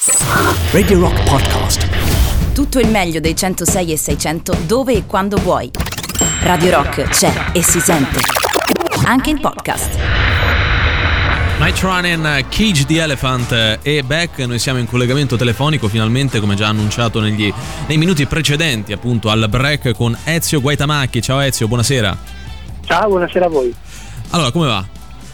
Radio Rock Podcast. Tutto il meglio dei 106 e 600 dove e quando vuoi. Radio Rock c'è e si sente. Anche in podcast. Night Running, Cage the Elephant e Beck. Noi siamo in collegamento telefonico finalmente, come già annunciato nei minuti precedenti appunto al break, con Ezio Guaitamacchi. Ciao Ezio, buonasera. Ciao, buonasera a voi. Allora, come va?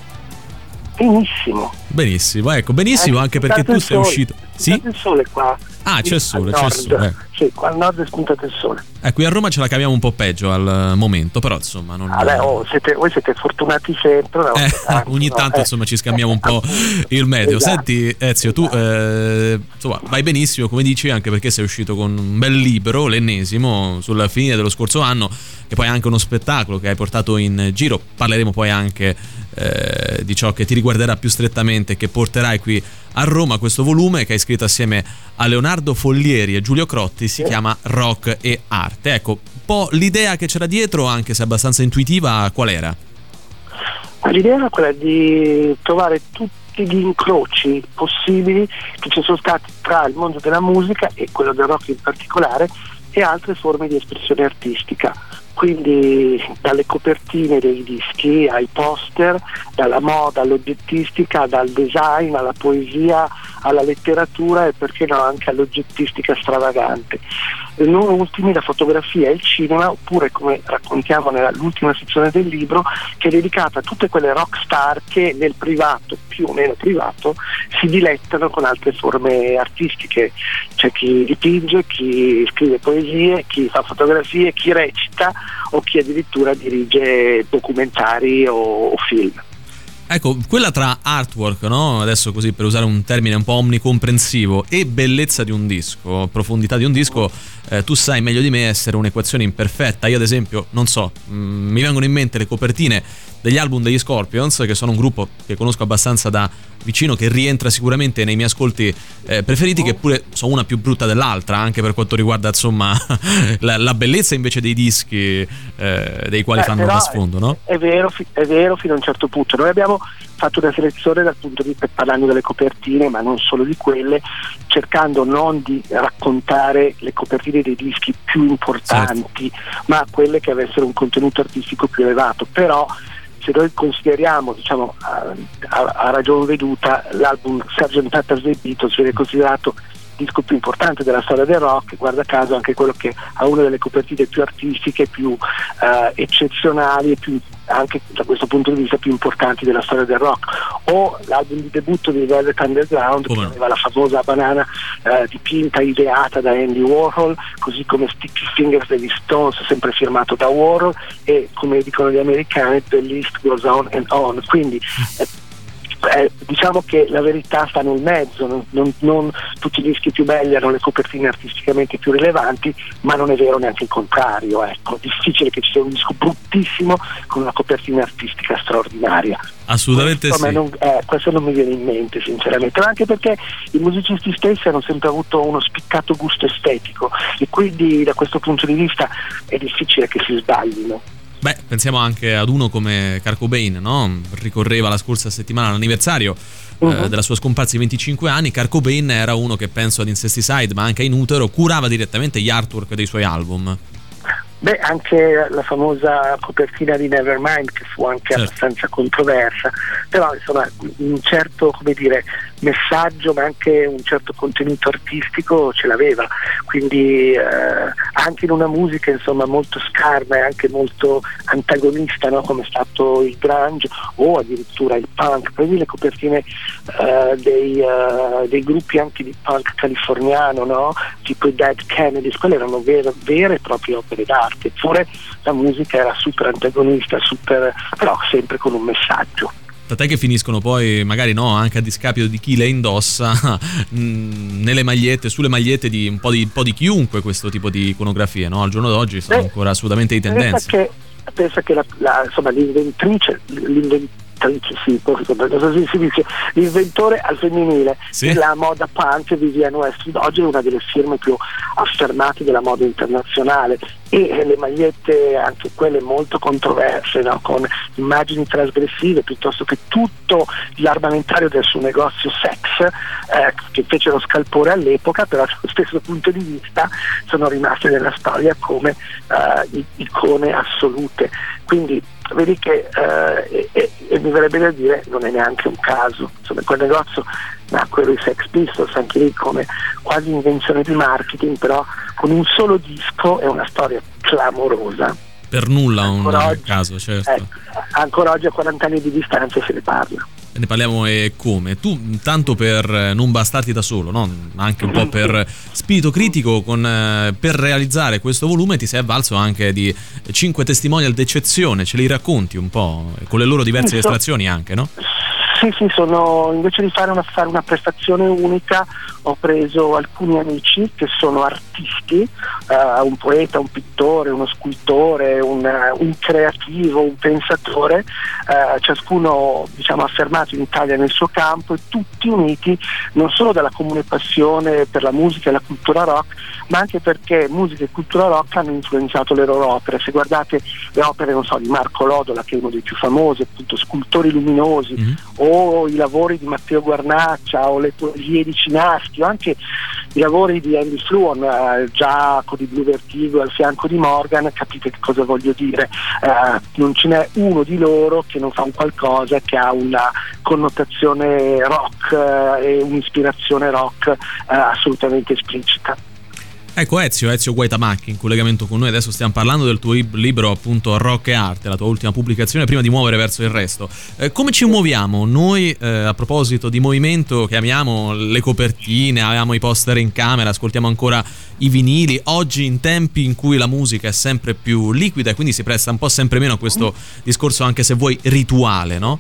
Benissimo, ecco, benissimo, anche perché tu sei uscito. Sì? C'è il sole qua. Ah, c'è il sole, c'è il sole. Sì, qua al nord è spuntato il sole. Qui a Roma ce la caviamo un po' peggio al momento, però insomma non... voi siete fortunati sempre. Ogni tanto insomma ci scambiamo un po' il meteo. Esatto. Senti Ezio, tu insomma vai benissimo, come dici, anche perché sei uscito con un bel libro, l'ennesimo, sulla fine dello scorso anno, che poi è anche uno spettacolo che hai portato in giro. Parleremo poi anche di ciò che ti riguarderà più strettamente, che porterai qui a Roma. Questo volume che hai scritto assieme a Leonardo Follieri e Giulio Crotti si chiama Rock e Arte. Ecco, un po' l'idea che c'era dietro, anche se abbastanza intuitiva, qual era? L'idea era quella di trovare tutti gli incroci possibili che ci sono stati tra il mondo della musica e quello del rock in particolare e altre forme di espressione artistica. Quindi dalle copertine dei dischi ai poster, dalla moda all'oggettistica, dal design alla poesia, alla letteratura e perché no anche all'oggettistica stravagante. Non ultimi la fotografia e il cinema, oppure come raccontiamo nell'ultima sezione del libro, che è dedicata a tutte quelle rock star che nel privato, più o meno privato, si dilettano con altre forme artistiche. C'è chi dipinge, chi scrive poesie, chi fa fotografie, chi recita o chi addirittura dirige documentari o film. Ecco, quella tra artwork, no? Adesso così per usare un termine un po' omnicomprensivo, e bellezza di un disco, profondità di un disco, tu sai meglio di me essere un'equazione imperfetta. Io ad esempio, non so, mi vengono in mente le copertine degli album degli Scorpions, che sono un gruppo che conosco abbastanza da vicino, che rientra sicuramente nei miei ascolti preferiti, che pure sono una più brutta dell'altra, anche per quanto riguarda insomma la bellezza invece dei dischi dei quali fanno da sfondo, no? È vero fino a un certo punto. Noi abbiamo fatto una selezione dal punto di vista, parlando delle copertine, ma non solo di quelle, cercando non di raccontare le copertine dei dischi più importanti, certo, ma quelle che avessero un contenuto artistico più elevato. Però se noi consideriamo, diciamo a ragion veduta, l'album Sgt. Pepper's The Beatles viene considerato il disco più importante della storia del rock, guarda caso anche quello che ha una delle copertine più artistiche, più eccezionali e più, anche da questo punto di vista, più importanti della storia del rock. O l'album di debutto di Velvet Underground, che aveva la famosa banana dipinta, ideata da Andy Warhol, così come Sticky Fingers degli Stones, sempre firmato da Warhol, e come dicono gli americani, the list goes on and on. Quindi diciamo che la verità sta nel mezzo, non tutti i dischi più belli hanno le copertine artisticamente più rilevanti, ma non è vero neanche il contrario. Ecco, difficile che ci sia un disco bruttissimo con una copertina artistica straordinaria. Assolutamente sì. Questo non mi viene in mente sinceramente, ma anche perché i musicisti stessi hanno sempre avuto uno spiccato gusto estetico e quindi da questo punto di vista è difficile che si sbaglino. Beh, pensiamo anche ad uno come Kurt Cobain, no? Ricorreva la scorsa settimana l'anniversario della sua scomparsa di 25 anni. Kurt Cobain era uno che, penso ad Incesticide, ma anche a In Utero, curava direttamente gli artwork dei suoi album. Beh, anche la famosa copertina di Nevermind, che fu anche abbastanza controversa, però insomma un certo, come dire, messaggio, ma anche un certo contenuto artistico ce l'aveva, quindi anche in una musica insomma molto scarna e anche molto antagonista, no? Come è stato il grunge o addirittura il punk. Prendi le copertine dei gruppi anche di punk californiano, no? Tipo i Dead Kennedys, quelle erano vere e proprie opere d'arte, eppure la musica era super antagonista, però sempre con un messaggio. Tant'è che finiscono poi, magari no, anche a discapito di chi le indossa, nelle magliette, sulle magliette di un po' di chiunque, questo tipo di iconografie, no? Al giorno d'oggi sono ancora assolutamente di tendenza. Pensa che insomma l'inventrice, sì, così si dice, l'inventore al femminile della moda punk, Vivienne Westwood, oggi è una delle firme più affermate della moda internazionale, e le magliette anche quelle molto controverse, no? Con immagini trasgressive, piuttosto che tutto l'armamentario del suo negozio sex, che fecero scalpore all'epoca, però dallo stesso punto di vista sono rimaste nella storia come icone assolute. Quindi vedi che e mi verrebbe da dire non è neanche un caso, insomma quel negozio nacquero i Sex Pistols, anche lì come quasi invenzione di marketing, però con un solo disco è una storia clamorosa. Per nulla un caso, certo. Ancora oggi a 40 anni di distanza se ne parla. Ne parliamo e come. Tu, tanto per non bastarti da solo, no? Anche un po' per spirito critico, per realizzare questo volume ti sei avvalso anche di 5 testimonial d'eccezione, ce li racconti un po', con le loro diverse estrazioni anche, no? Sì, invece di fare una prestazione unica ho preso alcuni amici che sono artisti, un poeta, un pittore, uno scultore, un creativo, un pensatore, ciascuno affermato in Italia nel suo campo, e tutti uniti non solo dalla comune passione per la musica e la cultura rock, ma anche perché musica e cultura rock hanno influenzato le loro opere. Se guardate le opere, di Marco Lodola, che è uno dei più famosi, appunto Scultori luminosi, o i lavori di Matteo Guarnaccia, o le poesie di Cinaschi, o anche i lavori di Andy Fluon, Giacomo di Blue Vertigo al fianco di Morgan, capite che cosa voglio dire? Non ce n'è uno di loro che non fa un qualcosa che ha una connotazione rock e un'ispirazione rock assolutamente esplicita. Ecco Ezio Guaitamacchi in collegamento con noi, adesso stiamo parlando del tuo libro appunto Rock e Arte, la tua ultima pubblicazione, prima di muovere verso il resto. Come ci muoviamo noi a proposito di movimento, che amiamo le copertine, avevamo i poster in camera, ascoltiamo ancora i vinili, oggi in tempi in cui la musica è sempre più liquida e quindi si presta un po' sempre meno a questo discorso, anche se vuoi rituale, no?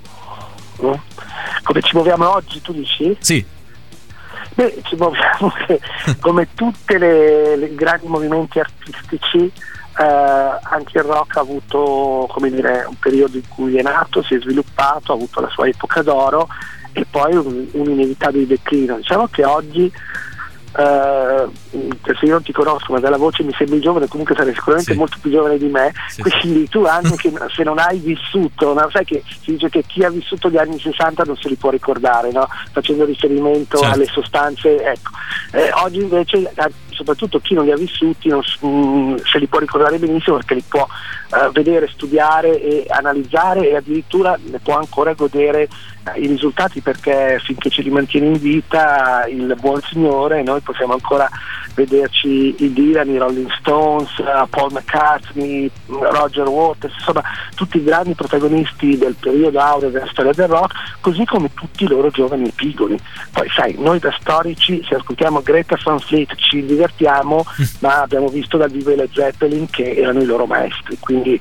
Come ci muoviamo oggi, tu dici? Sì. Beh, ci muoviamo che come tutte le grandi movimenti artistici, anche il rock ha avuto, un periodo in cui è nato, si è sviluppato, ha avuto la sua epoca d'oro e poi un inevitabile declino. Diciamo che oggi, se io non ti conosco, ma dalla voce mi sembri giovane, comunque sarai sicuramente molto più giovane di me, quindi tu anche se non hai vissuto, no? Sai che si dice che chi ha vissuto gli anni 60 non se li può ricordare, no? Facendo riferimento alle sostanze, ecco. Oggi invece soprattutto chi non li ha vissuti se li può ricordare benissimo, perché li può vedere, studiare e analizzare, e addirittura ne può ancora godere i risultati, perché finché ci rimantiene in vita il buon signore noi possiamo ancora vederci i Dylan, i Rolling Stones, Paul McCartney, Roger Waters, insomma tutti i grandi protagonisti del periodo aureo della storia del rock, così come tutti i loro giovani epigoni. Poi sai, noi da storici, se ascoltiamo Greta Van Fleet ci divertiamo, ma abbiamo visto dal vivo i Led Zeppelin che erano i loro maestri, quindi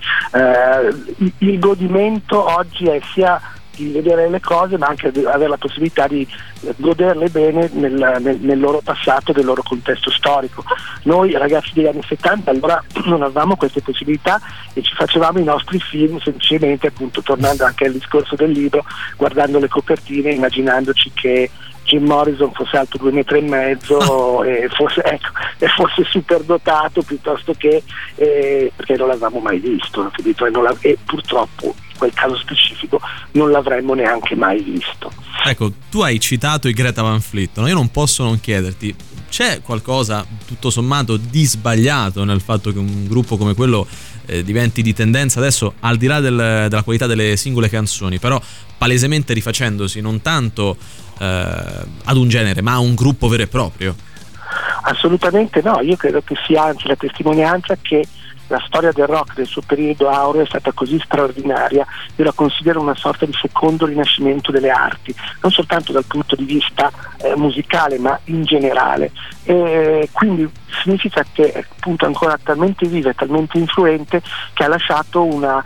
il godimento oggi è sia di vedere le cose, ma anche di avere la possibilità di goderle bene nel loro passato, nel loro contesto storico. Noi ragazzi degli anni 70 allora non avevamo queste possibilità e ci facevamo i nostri film semplicemente, appunto, tornando anche al discorso del libro, guardando le copertine, immaginandoci che Jim Morrison fosse alto 2,5 metri e fosse super dotato, piuttosto che perché non l'avevamo mai visto, e purtroppo in quel caso specifico non l'avremmo neanche mai visto. Ecco, tu hai citato i Greta Van Fleet, no? Io non posso non chiederti, c'è qualcosa tutto sommato di sbagliato nel fatto che un gruppo come quello diventi di tendenza adesso, al di là della qualità delle singole canzoni, però palesemente rifacendosi non tanto ad un genere ma a un gruppo vero e proprio? Assolutamente no, io credo che sia anzi la testimonianza che la storia del rock del suo periodo aureo è stata così straordinaria. Io la considero una sorta di secondo rinascimento delle arti, non soltanto dal punto di vista musicale, ma in generale. Quindi significa che è appunto ancora talmente viva e talmente influente che ha lasciato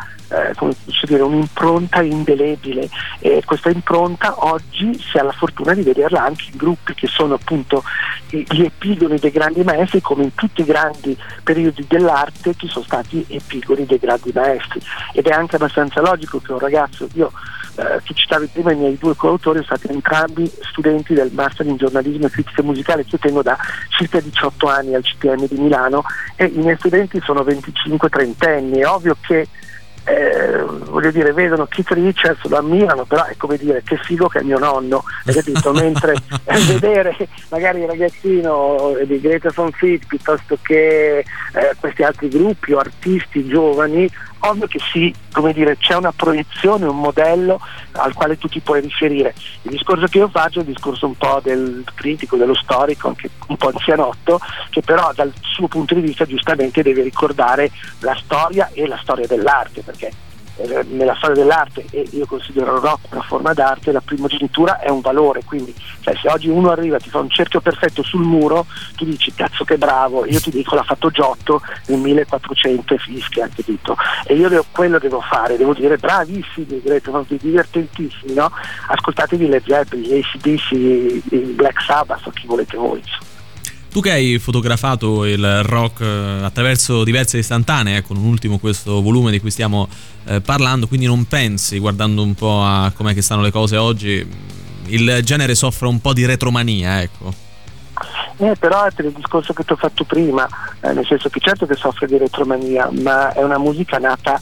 un'impronta indelebile, e questa impronta oggi si ha la fortuna di vederla anche in gruppi che sono appunto gli epigoni dei grandi maestri, come in tutti i grandi periodi dell'arte ci sono stati epigoni dei grandi maestri, ed è anche abbastanza logico che un ragazzo, io tu citavi prima i miei due coautori, sono stati entrambi studenti del Master in giornalismo e critica musicale che io tengo da circa 18 anni al CPM di Milano, e i miei studenti sono 25-30 anni. È ovvio che voglio dire, vedono Keith Richards, lo ammirano, però è come dire che figo che è mio nonno, hai capito? Mentre vedere magari il ragazzino di Greta Van Fleet piuttosto che questi altri gruppi o artisti giovani, ovvio che sì, come dire, c'è una proiezione, un modello al quale tu ti puoi riferire. Il discorso che io faccio è il discorso un po' del critico, dello storico, anche un po' anzianotto, che però dal suo punto di vista giustamente deve ricordare la storia e la storia dell'arte, perché nella storia dell'arte, e io considero il rock una forma d'arte, la primogenitura è un valore, quindi se oggi uno arriva e ti fa un cerchio perfetto sul muro, tu dici cazzo che bravo, io ti dico l'ha fatto Giotto nel 1400 e fischia, anche detto, e io quello devo fare, devo dire bravissimi, divertentissimi, no? Ascoltatevi Led Zeppelin, gli AC/DC, il Black Sabbath o chi volete voi. Tu che hai fotografato il rock attraverso diverse istantanee, con un ultimo questo volume di cui stiamo parlando, quindi non pensi, guardando un po' a com'è che stanno le cose oggi, il genere soffre un po' di retromania, ecco? Però è per il discorso che ti ho fatto prima, nel senso che certo che soffre di retromania, ma è una musica nata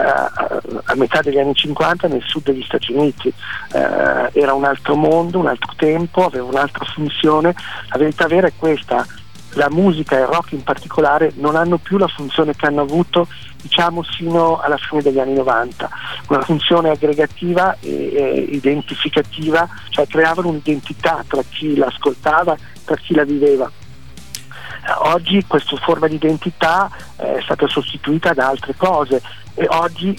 a metà degli anni 50 nel sud degli Stati Uniti, era un altro mondo, un altro tempo, aveva un'altra funzione. La verità vera è questa: la musica e il rock in particolare non hanno più la funzione che hanno avuto, diciamo, sino alla fine degli anni 90, una funzione aggregativa e identificativa, cioè creavano un'identità tra chi l'ascoltava, tra chi la viveva. Oggi questa forma di identità è stata sostituita da altre cose, e oggi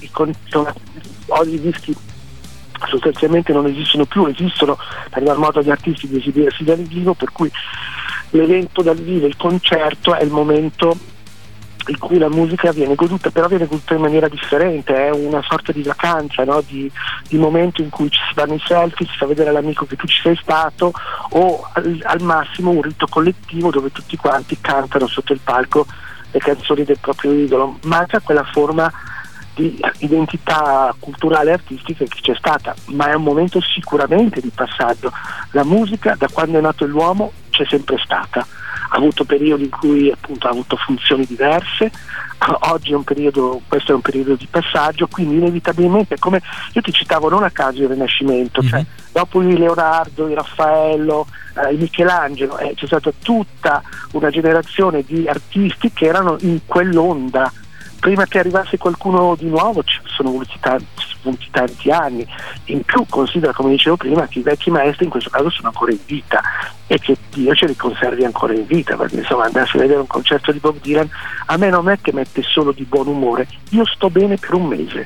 i dischi sostanzialmente non esistono più, esistono per il modo agli artisti di esibirsi dal vivo, per cui l'evento dal vivo, il concerto, è il momento in cui la musica viene goduta, però viene goduta in maniera differente, è una sorta di vacanza, no? di momento in cui ci si fanno i selfie, si fa vedere all'amico che tu ci sei stato, o al massimo un rito collettivo dove tutti quanti cantano sotto il palco le canzoni del proprio idolo. Manca quella forma di identità culturale e artistica che c'è stata, ma è un momento sicuramente di passaggio. La musica, da quando è nato l'uomo, c'è sempre stata, ha avuto periodi in cui appunto ha avuto funzioni diverse, oggi questo è un periodo di passaggio, quindi inevitabilmente, come io ti citavo non a caso il Rinascimento, cioè dopo il Leonardo, il Raffaello, il Michelangelo, c'è stata tutta una generazione di artisti che erano in quell'onda. Prima che arrivasse qualcuno di nuovo ci sono voluti tanti anni. In più considera, come dicevo prima, che i vecchi maestri in questo caso sono ancora in vita e che Dio ce li conservi ancora in vita, perché insomma andarsi a vedere un concerto di Bob Dylan a me non è che mette solo di buon umore, io sto bene per un mese.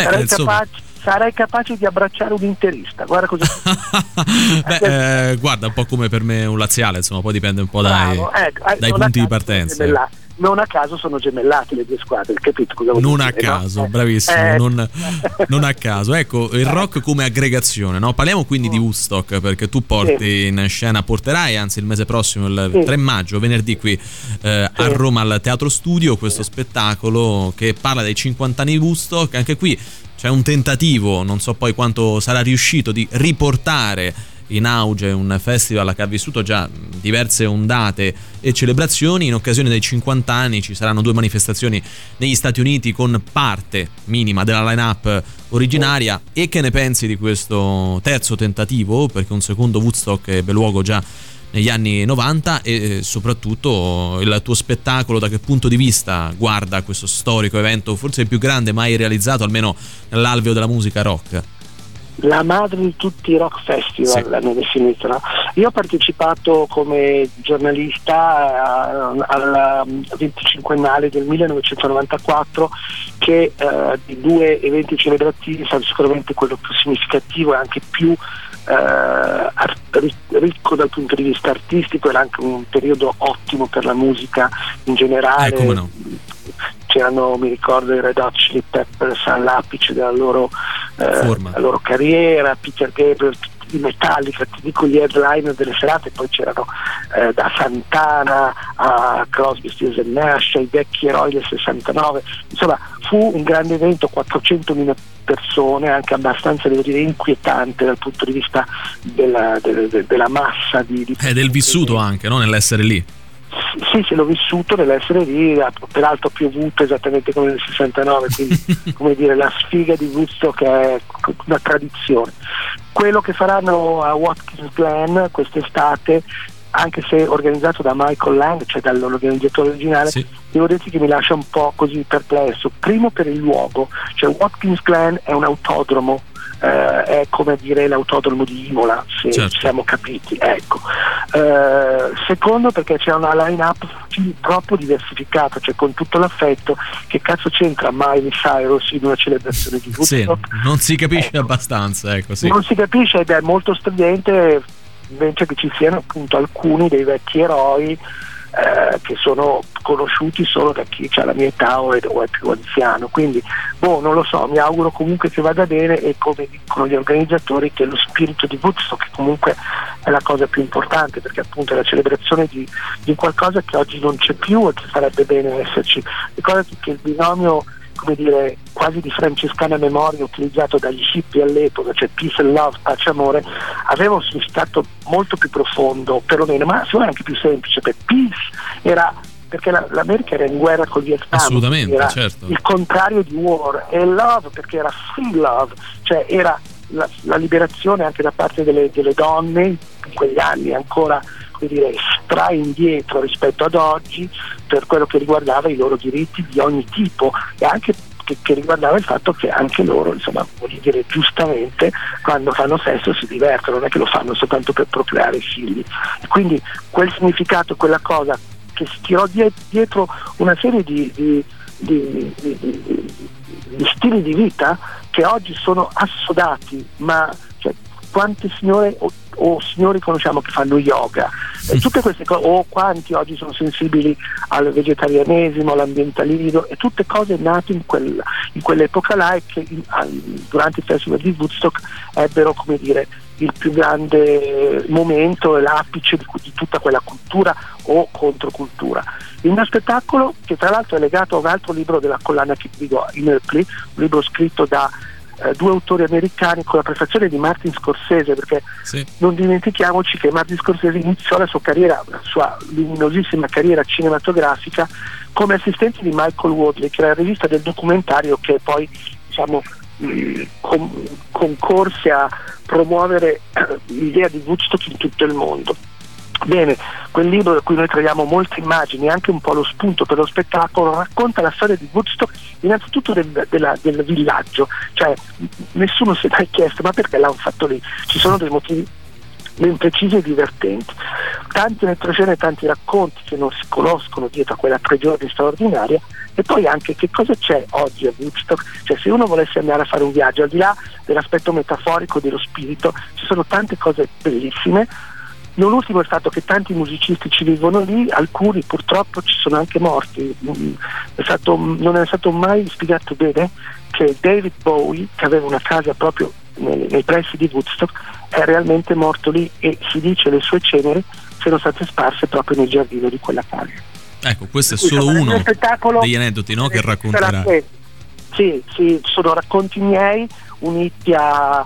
Sarei capace di abbracciare un interista, guarda cosa. Guarda, un po' come per me un laziale, insomma, poi dipende un po' dai punti di partenza. Non a caso sono gemellate le due squadre, capito cosa vuol non dire? A caso, no? Bravissimo, non a caso. Ecco, il rock come aggregazione, no? Parliamo quindi di Woodstock, perché tu porterai, anzi il mese prossimo, il 3 maggio, venerdì qui a Roma al Teatro Studio, questo spettacolo che parla dei 50 anni di Woodstock. Anche qui c'è un tentativo, non so poi quanto sarà riuscito, di riportare in auge un festival che ha vissuto già diverse ondate e celebrazioni. In occasione dei 50 anni ci saranno 2 manifestazioni negli Stati Uniti con parte minima della line-up originaria. E che ne pensi di questo terzo tentativo? Perché un secondo Woodstock ebbe luogo già negli anni 90, e soprattutto il tuo spettacolo da che punto di vista guarda questo storico evento, forse il più grande mai realizzato, almeno nell'alveo della musica rock? La madre di tutti i rock festival, l'hanno definito, no? Io ho partecipato come giornalista al 25ennale del 1994, che di 2 eventi celebrativi è stato sicuramente quello più significativo e anche più ricco dal punto di vista artistico. Era anche un periodo ottimo per la musica in generale. Come no? C'erano, mi ricordo, i Red Hot Chili Peppers all'apice della loro carriera, Peter Gabriel, di Metallica, ti dico gli headliner delle serate, poi c'erano da Santana a Crosby, Stills & Nash, ai vecchi eroi del 69, insomma fu un grande evento, 400.000 persone, anche abbastanza, devo dire, inquietante dal punto di vista della massa del vissuto anche, no? Nell'essere lì. Sì, l'ho vissuto nell'essere lì, peraltro ha piovuto esattamente come nel 69, quindi come dire, la sfiga di Woodstock è una tradizione. Quello che faranno a Watkins Glen quest'estate, anche se organizzato da Michael Lang, cioè dall'organizzatore originale, sì, devo dirti che mi lascia un po' così perplesso. Primo per il luogo, cioè Watkins Glen è un autodromo, è come dire l'autodromo di Imola, se certo, ci siamo capiti, ecco. Secondo perché c'è una line-up troppo diversificata, cioè con tutto l'affetto, che cazzo c'entra Miley Cyrus in una celebrazione di Woodstock? Sì, non si capisce abbastanza, ecco, sì. Non si capisce ed è molto stridente, invece che ci siano appunto alcuni dei vecchi eroi che sono conosciuti solo da chi ha la mia età o è più anziano, quindi non lo so, mi auguro comunque che vada bene, e come dicono gli organizzatori che lo spirito di Woodstock, che comunque è la cosa più importante, perché appunto è la celebrazione di qualcosa che oggi non c'è più e che sarebbe bene esserci. Ricordati che il binomio, come dire, quasi di francescana memoria utilizzato dagli hippie all'epoca, cioè peace and love, pace e amore, aveva un significato molto più profondo, perlomeno, ma secondo me anche più semplice, perché peace era perché l'America era in guerra con il Vietnam, assolutamente, era certo, il contrario di war, e love perché era free love, cioè era la liberazione anche da parte delle donne in quegli anni ancora, come dire, stra indietro rispetto ad oggi per quello che riguardava i loro diritti di ogni tipo, e anche che riguardava il fatto che anche loro, insomma, voglio dire, giustamente quando fanno sesso si divertono, non è che lo fanno soltanto per procreare figli. E quindi quel significato, quella cosa che si tirò dietro una serie di stili di vita che oggi sono assodati, ma cioè, quante signore o signori conosciamo che fanno yoga, e tutte queste cose, o quanti oggi sono sensibili al vegetarianesimo, all'ambientalismo, e tutte cose nate in quell'epoca là, e che durante il festival di Woodstock ebbero, come dire, il più grande momento e l'apice di tutta quella cultura o controcultura. Il mio spettacolo, che tra l'altro è legato a un altro libro della collana che dico, Inertly, un libro scritto da due autori americani con la prefazione di Martin Scorsese, perché sì, non dimentichiamoci che Martin Scorsese iniziò la sua carriera, la sua luminosissima carriera cinematografica come assistente di Michael Wadley, che era il regista del documentario che poi, diciamo, concorse a promuovere l'idea di Woodstock in tutto il mondo. Bene, quel libro da cui noi traiamo molte immagini, anche un po' lo spunto per lo spettacolo, racconta la storia di Woodstock innanzitutto del villaggio, cioè nessuno si è mai chiesto ma perché l'hanno fatto lì, ci sono dei motivi ben precisi e divertenti, tante retroscene, tanti racconti che non si conoscono dietro a quella 3 giorni straordinaria, e poi anche che cosa c'è oggi a Woodstock, cioè se uno volesse andare a fare un viaggio al di là dell'aspetto metaforico dello spirito, ci sono tante cose bellissime. Non ultimo il fatto che tanti musicisti ci vivono lì, alcuni purtroppo ci sono anche morti. Non è stato mai spiegato bene che David Bowie, che aveva una casa proprio nei pressi di Woodstock, è realmente morto lì, e si dice le sue ceneri sono state sparse proprio nel giardino di quella casa. Ecco, questo è solo uno degli aneddoti, no, che racconterà. Sì, sono racconti miei uniti a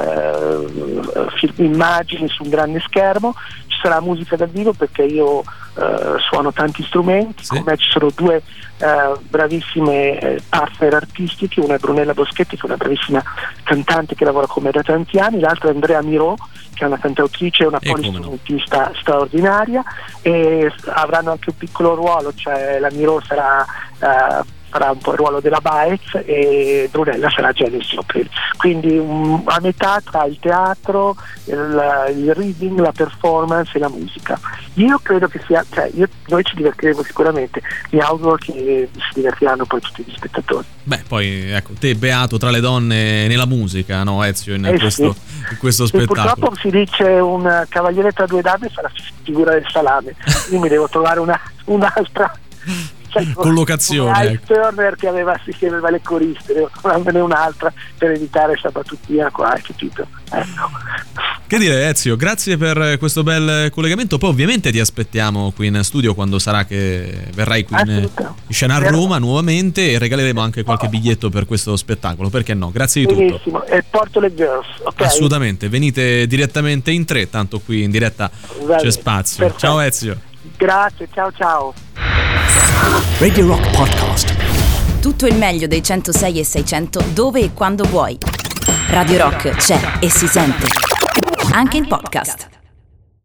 immagini su un grande schermo. Ci sarà musica dal vivo perché io suono tanti strumenti, sì, con me ci sono due bravissime partner artistiche, una è Brunella Boschetti, che è una bravissima cantante che lavora con me da tanti anni, l'altra è Andrea Miró, che è una cantautrice e una polistrumentista straordinaria, e avranno anche un piccolo ruolo, cioè la Miró farà un po' il ruolo della Baez e Brunella sarà Janis Joplin, quindi a metà tra il teatro, il reading, la performance e la musica. Io credo che sia, noi ci divertiremo sicuramente, mi auguro che si divertiranno poi tutti gli spettatori. Beh, poi ecco, te beato tra le donne nella musica, no, Ezio, in questo spettacolo. Purtroppo si dice un cavaliere tra due dame fa la figura del salame, io mi devo trovare un'altra collocazione, ecco. Turner che aveva le coriste, devo trovarmene un'altra per evitare questa battuttina qua, hai capito? Ecco. Che dire, Ezio, grazie per questo bel collegamento. Poi ovviamente ti aspettiamo qui in studio quando sarà che verrai qui in scena a Roma nuovamente, e regaleremo anche qualche biglietto per questo spettacolo, perché no? Grazie di tutto. Benissimo, e porto le girls, ok? Assolutamente, venite direttamente in 3, tanto qui in diretta c'è spazio. Perfetto. Ciao Ezio. Grazie, ciao. Radio Rock Podcast. Tutto il meglio dei 106 e 600 dove e quando vuoi. Radio Rock c'è e si sente. Anche in podcast.